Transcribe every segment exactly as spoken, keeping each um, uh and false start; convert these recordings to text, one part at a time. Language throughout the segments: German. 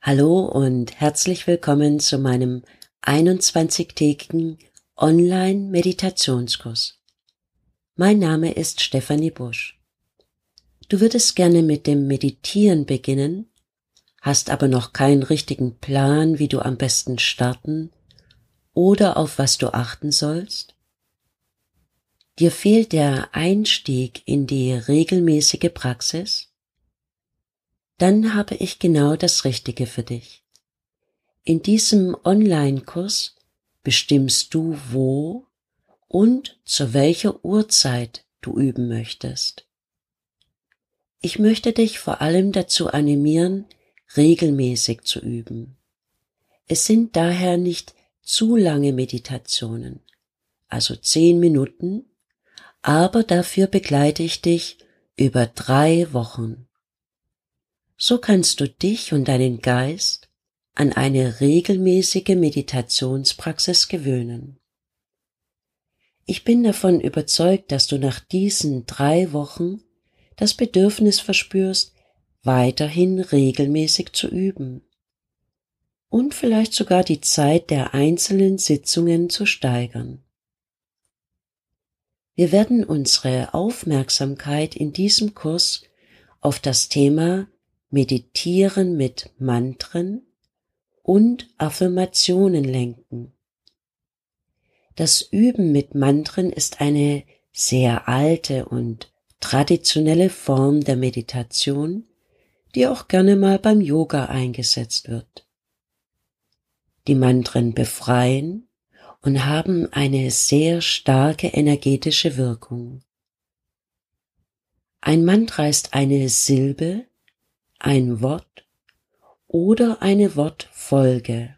Hallo und herzlich willkommen zu meinem einundzwanzigtägigen Online-Meditationskurs. Mein Name ist Stefanie Busch. Du würdest gerne mit dem Meditieren beginnen, hast aber noch keinen richtigen Plan, wie du am besten starten oder auf was du achten sollst? Dir fehlt der Einstieg in die regelmäßige Praxis? Dann habe ich genau das Richtige für dich. In diesem Online-Kurs bestimmst du, wo und zu welcher Uhrzeit du üben möchtest. Ich möchte dich vor allem dazu animieren, regelmäßig zu üben. Es sind daher nicht zu lange Meditationen, also zehn Minuten, aber dafür begleite ich dich über drei Wochen. So kannst du dich und deinen Geist an eine regelmäßige Meditationspraxis gewöhnen. Ich bin davon überzeugt, dass du nach diesen drei Wochen das Bedürfnis verspürst, weiterhin regelmäßig zu üben und vielleicht sogar die Zeit der einzelnen Sitzungen zu steigern. Wir werden unsere Aufmerksamkeit in diesem Kurs auf das Thema Meditieren mit Mantren und Affirmationen lenken. Das Üben mit Mantren ist eine sehr alte und traditionelle Form der Meditation, die auch gerne mal beim Yoga eingesetzt wird. Die Mantren befreien und haben eine sehr starke energetische Wirkung. Ein Mantra ist eine Silbe, ein Wort oder eine Wortfolge.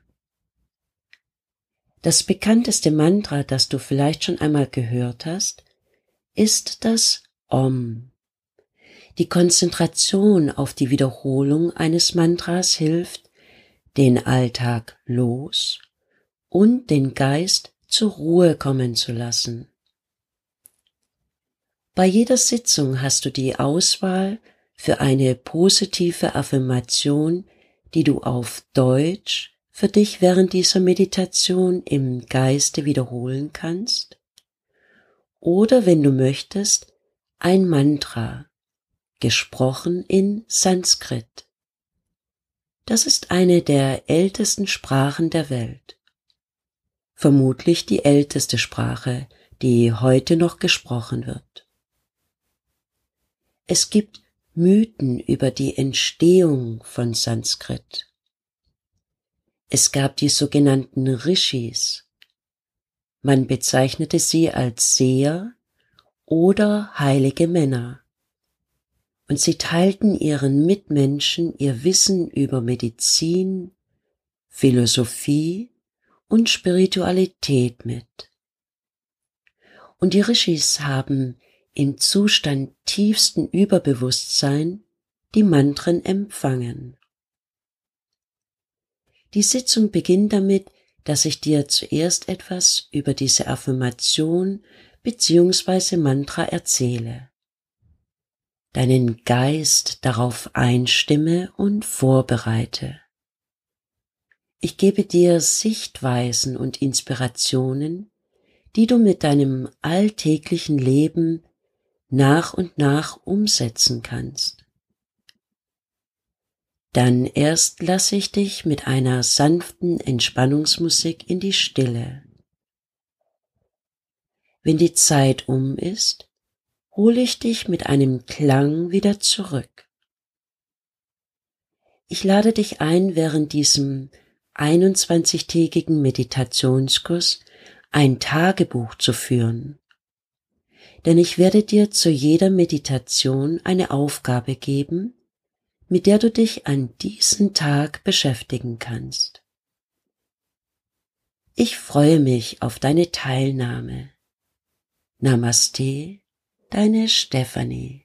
Das bekannteste Mantra, das du vielleicht schon einmal gehört hast, ist das Om. Die Konzentration auf die Wiederholung eines Mantras hilft, den Alltag los und den Geist zur Ruhe kommen zu lassen. Bei jeder Sitzung hast du die Auswahl für eine positive Affirmation, die du auf Deutsch für dich während dieser Meditation im Geiste wiederholen kannst, oder wenn du möchtest, ein Mantra, gesprochen in Sanskrit. Das ist eine der ältesten Sprachen der Welt. Vermutlich die älteste Sprache, die heute noch gesprochen wird. Es gibt Mythen über die Entstehung von Sanskrit. Es gab die sogenannten Rishis. Man bezeichnete sie als Seher oder heilige Männer. Und sie teilten ihren Mitmenschen ihr Wissen über Medizin, Philosophie und Spiritualität mit. Und die Rishis haben im Zustand tiefsten Überbewusstsein die Mantren empfangen. Die Sitzung beginnt damit, dass ich dir zuerst etwas über diese Affirmation bzw. Mantra erzähle, deinen Geist darauf einstimme und vorbereite. Ich gebe dir Sichtweisen und Inspirationen, die du mit deinem alltäglichen Leben nach und nach umsetzen kannst. Dann erst lasse ich dich mit einer sanften Entspannungsmusik in die Stille. Wenn die Zeit um ist, hole ich dich mit einem Klang wieder zurück. Ich lade dich ein, während diesem einundzwanzigtägigen Meditationskurs ein Tagebuch zu führen. Denn ich werde dir zu jeder Meditation eine Aufgabe geben, mit der du dich an diesen Tag beschäftigen kannst. Ich freue mich auf deine Teilnahme. Namaste, deine Stefanie.